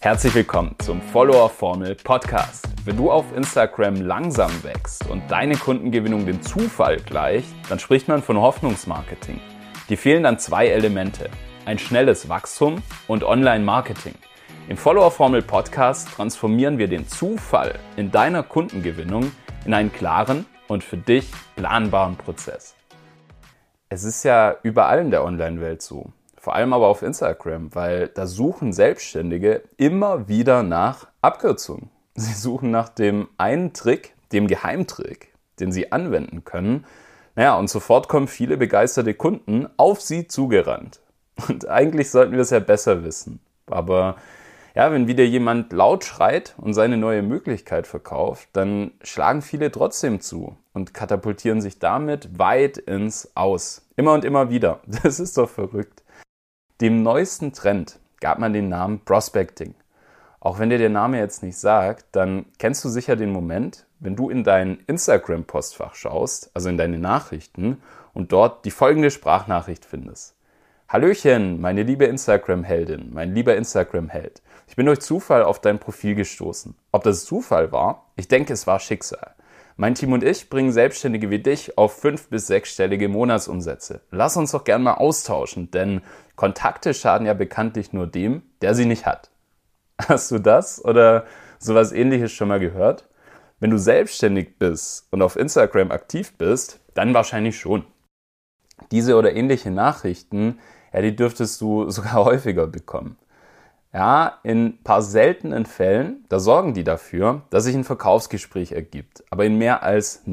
Herzlich willkommen zum Follower-Formel Podcast. Wenn du auf Instagram langsam wächst und deine Kundengewinnung dem Zufall gleicht, dann spricht man von Hoffnungsmarketing. Dir fehlen dann zwei Elemente: ein schnelles Wachstum und Online-Marketing. Im Follower-Formel Podcast transformieren wir den Zufall in deiner Kundengewinnung in einen klaren und für dich planbaren Prozess. Es ist ja überall in der Online-Welt so. Vor allem aber auf Instagram, weil da suchen Selbstständige immer wieder nach Abkürzungen. Sie suchen nach dem einen Trick, dem Geheimtrick, den sie anwenden können. Und sofort kommen viele begeisterte Kunden auf sie zugerannt. Und eigentlich sollten wir es ja besser wissen. Aber wenn wieder jemand laut schreit und seine neue Möglichkeit verkauft, dann schlagen viele trotzdem zu und katapultieren sich damit weit ins Aus. Immer und immer wieder. Das ist doch verrückt. Dem neuesten Trend gab man den Namen Prospecting. Auch wenn dir der Name jetzt nicht sagt, dann kennst du sicher den Moment, wenn du in dein Instagram-Postfach schaust, also in deine Nachrichten, und dort die folgende Sprachnachricht findest. Hallöchen, meine liebe Instagram-Heldin, mein lieber Instagram-Held. Ich bin durch Zufall auf dein Profil gestoßen. Ob das Zufall war? Ich denke, es war Schicksal. Mein Team und ich bringen Selbstständige wie dich auf 5- bis 6-stellige Monatsumsätze. Lass uns doch gerne mal austauschen, denn Kontakte schaden ja bekanntlich nur dem, der sie nicht hat. Hast du das oder sowas Ähnliches schon mal gehört? Wenn du selbstständig bist und auf Instagram aktiv bist, dann wahrscheinlich schon. Diese oder ähnliche Nachrichten, die dürftest du sogar häufiger bekommen. Ja, in ein paar seltenen Fällen, da sorgen die dafür, dass sich ein Verkaufsgespräch ergibt. Aber in mehr als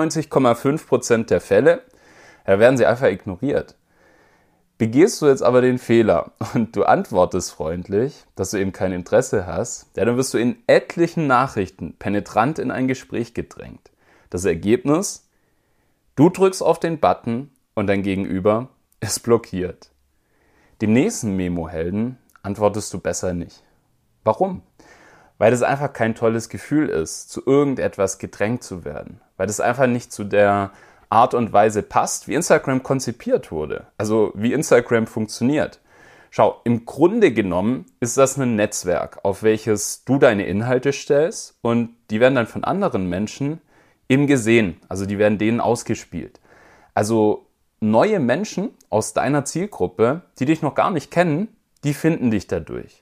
99,5% der Fälle werden sie einfach ignoriert. Begehst du jetzt aber den Fehler und du antwortest freundlich, dass du eben kein Interesse hast, dann wirst du in etlichen Nachrichten penetrant in ein Gespräch gedrängt. Das Ergebnis? Du drückst auf den Button und dein Gegenüber ist blockiert. Dem nächsten Memo-Helden antwortest du besser nicht. Warum? Weil es einfach kein tolles Gefühl ist, zu irgendetwas gedrängt zu werden. Weil das einfach nicht zu der Art und Weise passt, wie Instagram konzipiert wurde. Also wie Instagram funktioniert. Schau, im Grunde genommen ist das ein Netzwerk, auf welches du deine Inhalte stellst und die werden dann von anderen Menschen eben gesehen. Also die werden denen ausgespielt. Also neue Menschen aus deiner Zielgruppe, die dich noch gar nicht kennen, die finden dich dadurch.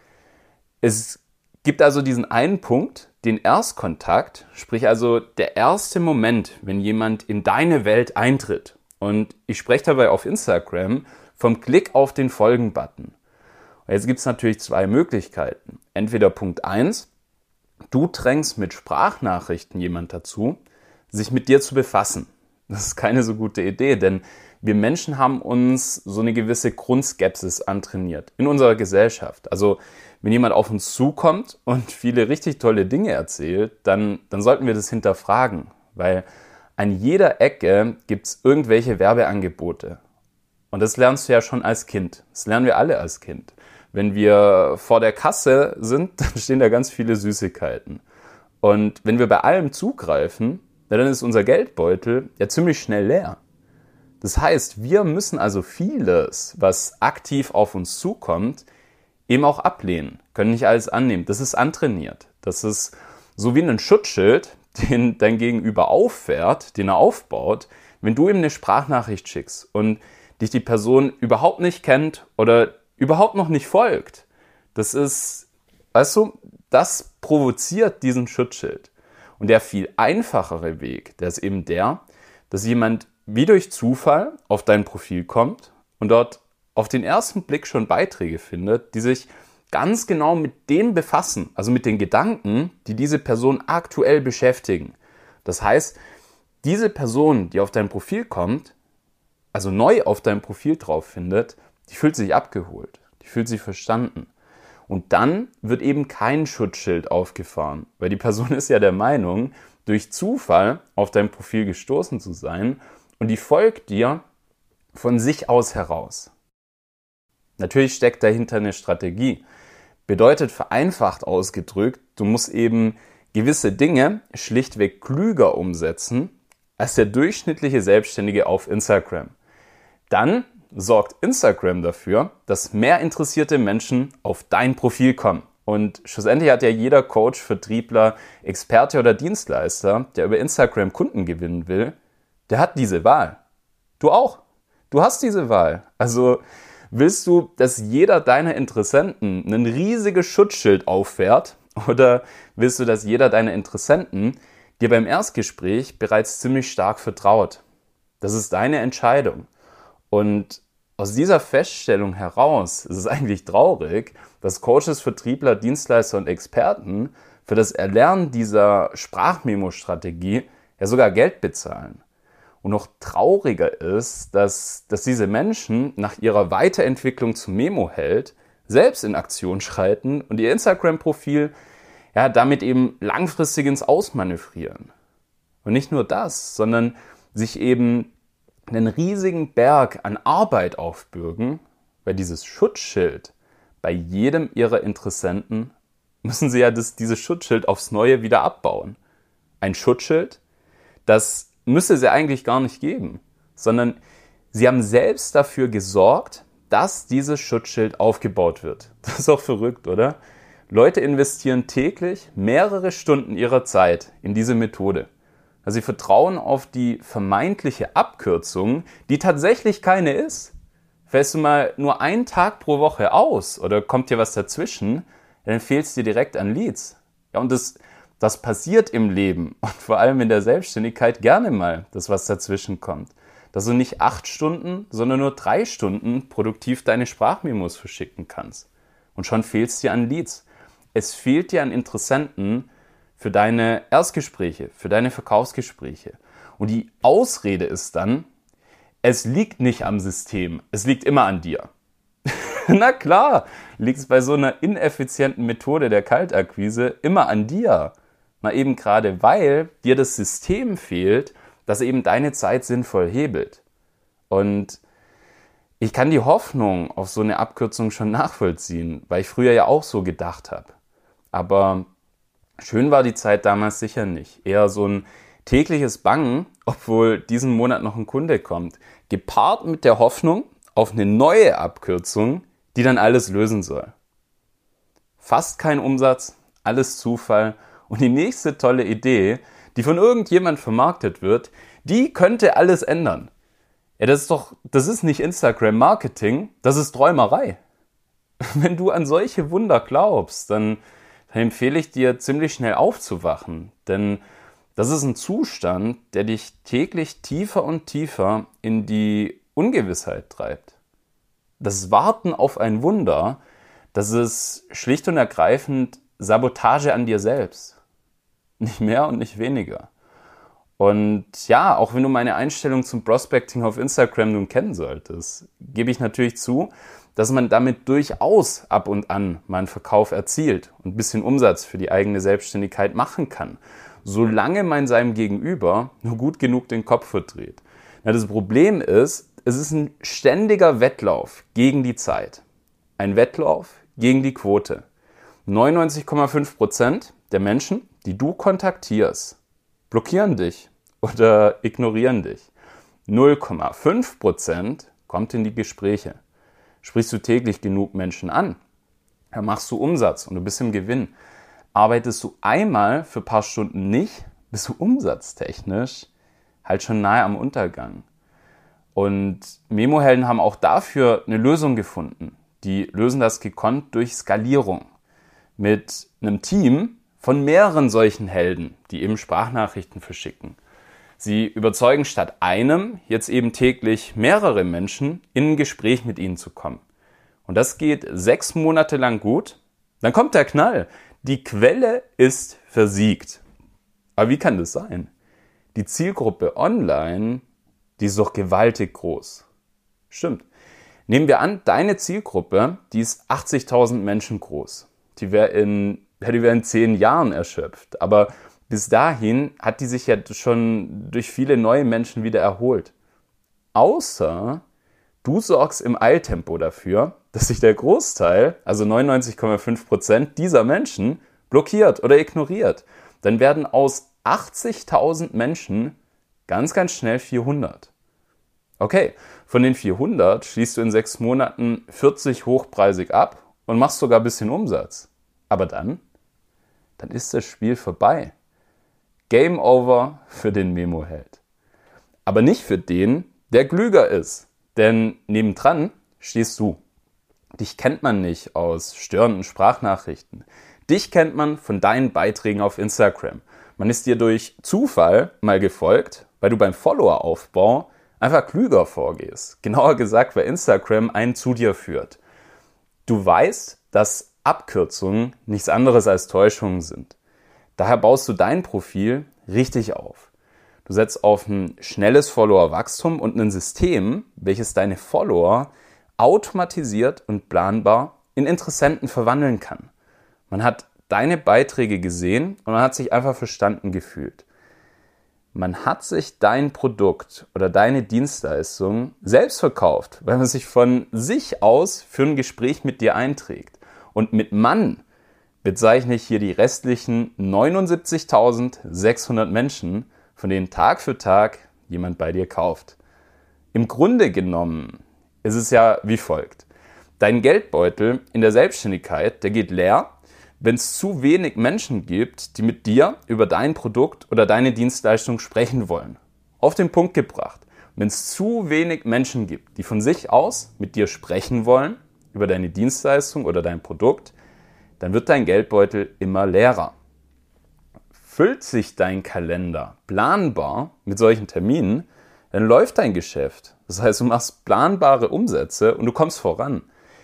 Es gibt also diesen einen Punkt, den Erstkontakt, sprich also der erste Moment, wenn jemand in deine Welt eintritt. Und ich spreche dabei auf Instagram vom Klick auf den Folgen-Button. Und jetzt gibt es natürlich zwei Möglichkeiten. Entweder Punkt 1, du drängst mit Sprachnachrichten jemand dazu, sich mit dir zu befassen. Das ist keine so gute Idee, denn wir Menschen haben uns so eine gewisse Grundskepsis antrainiert in unserer Gesellschaft. Also wenn jemand auf uns zukommt und viele richtig tolle Dinge erzählt, dann sollten wir das hinterfragen, weil an jeder Ecke gibt es irgendwelche Werbeangebote. Und das lernst du ja schon als Kind. Das lernen wir alle als Kind. Wenn wir vor der Kasse sind, dann stehen da ganz viele Süßigkeiten. Und wenn wir bei allem zugreifen, dann ist unser Geldbeutel ja ziemlich schnell leer. Das heißt, wir müssen also vieles, was aktiv auf uns zukommt, eben auch ablehnen, können nicht alles annehmen. Das ist antrainiert. Das ist so wie ein Schutzschild, den dein Gegenüber auffährt, den er aufbaut, wenn du ihm eine Sprachnachricht schickst und dich die Person überhaupt nicht kennt oder überhaupt noch nicht folgt. Das ist, das provoziert diesen Schutzschild. Und der viel einfachere Weg, der ist eben der, dass jemand wie durch Zufall auf dein Profil kommt und dort auf den ersten Blick schon Beiträge findet, die sich ganz genau mit dem befassen, also mit den Gedanken, die diese Person aktuell beschäftigen. Das heißt, diese Person, die auf dein Profil kommt, also neu auf dein Profil drauf findet, die fühlt sich abgeholt, die fühlt sich verstanden. Und dann wird eben kein Schutzschild aufgefahren, weil die Person ist ja der Meinung, durch Zufall auf dein Profil gestoßen zu sein und die folgt dir von sich aus heraus. Natürlich steckt dahinter eine Strategie. Bedeutet vereinfacht ausgedrückt, du musst eben gewisse Dinge schlichtweg klüger umsetzen als der durchschnittliche Selbstständige auf Instagram. Dann sorgt Instagram dafür, dass mehr interessierte Menschen auf dein Profil kommen. Und schlussendlich hat ja jeder Coach, Vertriebler, Experte oder Dienstleister, der über Instagram Kunden gewinnen will, der hat diese Wahl. Du auch. Du hast diese Wahl. Also willst du, dass jeder deiner Interessenten ein riesiges Schutzschild auffährt? Oder willst du, dass jeder deiner Interessenten dir beim Erstgespräch bereits ziemlich stark vertraut? Das ist deine Entscheidung. Und aus dieser Feststellung heraus ist es eigentlich traurig, dass Coaches, Vertriebler, Dienstleister und Experten für das Erlernen dieser Sprachmemo-Strategie ja sogar Geld bezahlen. Und noch trauriger ist, dass diese Menschen nach ihrer Weiterentwicklung zum Memo-Held selbst in Aktion schreiten und ihr Instagram-Profil ja damit eben langfristig ins Ausmanövrieren. Und nicht nur das, sondern sich eben einen riesigen Berg an Arbeit aufbürgen, weil dieses Schutzschild bei jedem ihrer Interessenten müssen sie ja dieses Schutzschild aufs Neue wieder abbauen. Ein Schutzschild, das müsste es ja eigentlich gar nicht geben, sondern sie haben selbst dafür gesorgt, dass dieses Schutzschild aufgebaut wird. Das ist auch verrückt, oder? Leute investieren täglich mehrere Stunden ihrer Zeit in diese Methode. Also sie vertrauen auf die vermeintliche Abkürzung, die tatsächlich keine ist. Fällst du mal nur einen Tag pro Woche aus oder kommt dir was dazwischen, dann fehlt es dir direkt an Leads. Ja, und das passiert im Leben und vor allem in der Selbstständigkeit gerne mal, dass was dazwischen kommt. Dass du nicht 8 Stunden, sondern nur 3 Stunden produktiv deine Sprachmemos verschicken kannst. Und schon fehlt es dir an Leads. Es fehlt dir an Interessenten für deine Erstgespräche, für deine Verkaufsgespräche. Und die Ausrede ist dann, es liegt nicht am System, es liegt immer an dir. Na klar, liegt es bei so einer ineffizienten Methode der Kaltakquise immer an dir. Na eben gerade, weil dir das System fehlt, das eben deine Zeit sinnvoll hebelt. Und ich kann die Hoffnung auf so eine Abkürzung schon nachvollziehen, weil ich früher ja auch so gedacht habe. Aber schön war die Zeit damals sicher nicht. Eher so ein tägliches Bangen, obwohl diesen Monat noch ein Kunde kommt, gepaart mit der Hoffnung auf eine neue Abkürzung, die dann alles lösen soll. Fast kein Umsatz, alles Zufall und die nächste tolle Idee, die von irgendjemand vermarktet wird, die könnte alles ändern. Ja, das ist nicht Instagram-Marketing, das ist Träumerei. Wenn du an solche Wunder glaubst, dann empfehle ich dir, ziemlich schnell aufzuwachen. Denn das ist ein Zustand, der dich täglich tiefer und tiefer in die Ungewissheit treibt. Das Warten auf ein Wunder, das ist schlicht und ergreifend Sabotage an dir selbst. Nicht mehr und nicht weniger. Und ja, auch wenn du meine Einstellung zum Prospecting auf Instagram nun kennen solltest, gebe ich natürlich zu, dass man damit durchaus ab und an mal einen Verkauf erzielt und ein bisschen Umsatz für die eigene Selbstständigkeit machen kann, solange man seinem Gegenüber nur gut genug den Kopf verdreht. Ja, das Problem ist, es ist ein ständiger Wettlauf gegen die Zeit. Ein Wettlauf gegen die Quote. 99,5% der Menschen, die du kontaktierst, blockieren dich oder ignorieren dich. 0,5% kommt in die Gespräche. Sprichst du täglich genug Menschen an, dann machst du Umsatz und du bist im Gewinn. Arbeitest du einmal für ein paar Stunden nicht, bist du umsatztechnisch halt schon nahe am Untergang. Und Memohelden haben auch dafür eine Lösung gefunden. Die lösen das gekonnt durch Skalierung. Mit einem Team von mehreren solchen Helden, die eben Sprachnachrichten verschicken. Sie überzeugen statt einem jetzt eben täglich mehrere Menschen, in ein Gespräch mit ihnen zu kommen. Und das geht 6 Monate lang gut. Dann kommt der Knall. Die Quelle ist versiegt. Aber wie kann das sein? Die Zielgruppe online, die ist doch gewaltig groß. Stimmt. Nehmen wir an, deine Zielgruppe, die ist 80.000 Menschen groß. Die wäre in 10 Jahren erschöpft. Aber bis dahin hat die sich ja schon durch viele neue Menschen wieder erholt. Außer du sorgst im Eiltempo dafür, dass sich der Großteil, also 99,5% dieser Menschen, blockiert oder ignoriert. Dann werden aus 80.000 Menschen ganz, ganz schnell 400. Okay, von den 400 schließt du in 6 Monaten 40 hochpreisig ab und machst sogar ein bisschen Umsatz. Aber dann ist das Spiel vorbei. Game over für den Memo-Held. Aber nicht für den, der klüger ist. Denn nebendran stehst du. Dich kennt man nicht aus störenden Sprachnachrichten. Dich kennt man von deinen Beiträgen auf Instagram. Man ist dir durch Zufall mal gefolgt, weil du beim Followeraufbau einfach klüger vorgehst. Genauer gesagt, weil Instagram einen zu dir führt. Du weißt, dass Abkürzungen nichts anderes als Täuschungen sind. Daher baust du dein Profil richtig auf. Du setzt auf ein schnelles Followerwachstum und ein System, welches deine Follower automatisiert und planbar in Interessenten verwandeln kann. Man hat deine Beiträge gesehen und man hat sich einfach verstanden gefühlt. Man hat sich dein Produkt oder deine Dienstleistung selbst verkauft, weil man sich von sich aus für ein Gespräch mit dir einträgt. Und mit Mann bezeichne ich hier die restlichen 79.600 Menschen, von denen Tag für Tag jemand bei dir kauft. Im Grunde genommen ist es ja wie folgt. Dein Geldbeutel in der Selbstständigkeit, der geht leer, wenn es zu wenig Menschen gibt, die mit dir über dein Produkt oder deine Dienstleistung sprechen wollen. Auf den Punkt gebracht. Wenn es zu wenig Menschen gibt, die von sich aus mit dir sprechen wollen über deine Dienstleistung oder dein Produkt, dann wird dein Geldbeutel immer leerer. Füllt sich dein Kalender planbar mit solchen Terminen, dann läuft dein Geschäft. Das heißt, du machst planbare Umsätze und du kommst voran.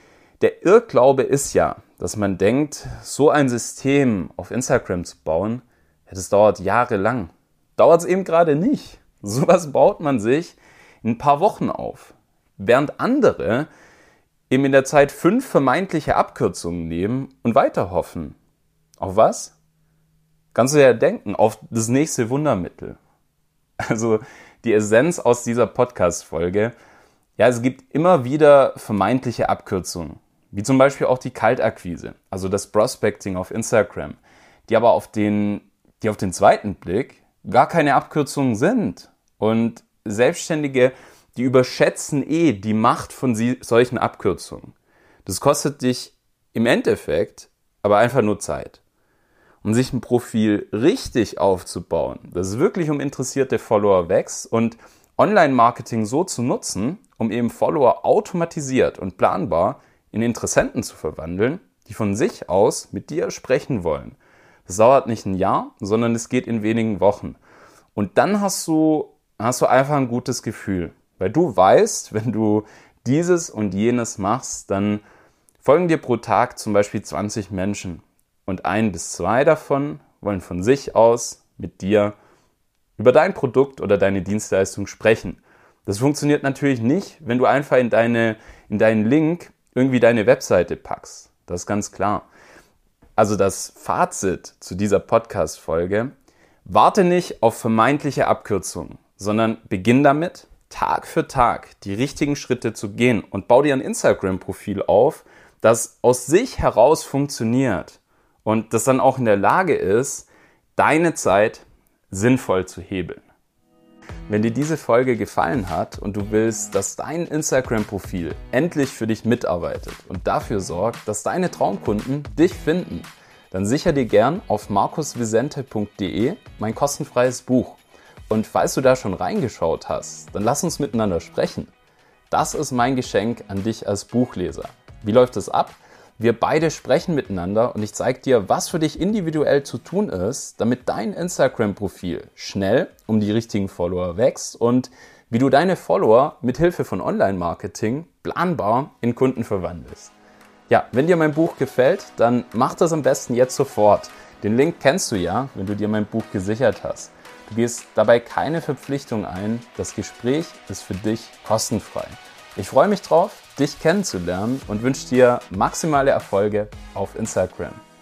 Der Irrglaube ist ja, dass man denkt, so ein System auf Instagram zu bauen, das dauert jahrelang. Dauert es eben gerade nicht. Sowas baut man sich in ein paar Wochen auf. Während andere eben in der Zeit 5 vermeintliche Abkürzungen nehmen und weiter hoffen. Auf was? Kannst du ja denken, auf das nächste Wundermittel. Also die Essenz aus dieser Podcast-Folge, ja, es gibt immer wieder vermeintliche Abkürzungen, wie zum Beispiel auch die Kaltakquise, also das Prospecting auf Instagram, die aber auf den zweiten Blick gar keine Abkürzungen sind. Und Selbstständige, die überschätzen die Macht von solchen Abkürzungen. Das kostet dich im Endeffekt aber einfach nur Zeit. Um sich ein Profil richtig aufzubauen, das es wirklich um interessierte Follower wächst und Online-Marketing so zu nutzen, um eben Follower automatisiert und planbar in Interessenten zu verwandeln, die von sich aus mit dir sprechen wollen. Das dauert nicht ein Jahr, sondern es geht in wenigen Wochen. Und dann hast du einfach ein gutes Gefühl, weil du weißt, wenn du dieses und jenes machst, dann folgen dir pro Tag zum Beispiel 20 Menschen. Und 1 bis 2 davon wollen von sich aus mit dir über dein Produkt oder deine Dienstleistung sprechen. Das funktioniert natürlich nicht, wenn du einfach in deinen Link irgendwie deine Webseite packst. Das ist ganz klar. Also das Fazit zu dieser Podcast-Folge: Warte nicht auf vermeintliche Abkürzungen, sondern beginn damit, Tag für Tag die richtigen Schritte zu gehen und bau dir ein Instagram-Profil auf, das aus sich heraus funktioniert. Und das dann auch in der Lage ist, deine Zeit sinnvoll zu hebeln. Wenn dir diese Folge gefallen hat und du willst, dass dein Instagram-Profil endlich für dich mitarbeitet und dafür sorgt, dass deine Traumkunden dich finden, dann sicher dir gern auf markusvisente.de mein kostenfreies Buch. Und falls du da schon reingeschaut hast, dann lass uns miteinander sprechen. Das ist mein Geschenk an dich als Buchleser. Wie läuft es ab? Wir beide sprechen miteinander und ich zeige dir, was für dich individuell zu tun ist, damit dein Instagram-Profil schnell um die richtigen Follower wächst und wie du deine Follower mit Hilfe von Online-Marketing planbar in Kunden verwandelst. Ja, wenn dir mein Buch gefällt, dann mach das am besten jetzt sofort. Den Link kennst du ja, wenn du dir mein Buch gesichert hast. Du gehst dabei keine Verpflichtung ein. Das Gespräch ist für dich kostenfrei. Ich freue mich drauf, dich kennenzulernen und wünsche dir maximale Erfolge auf Instagram.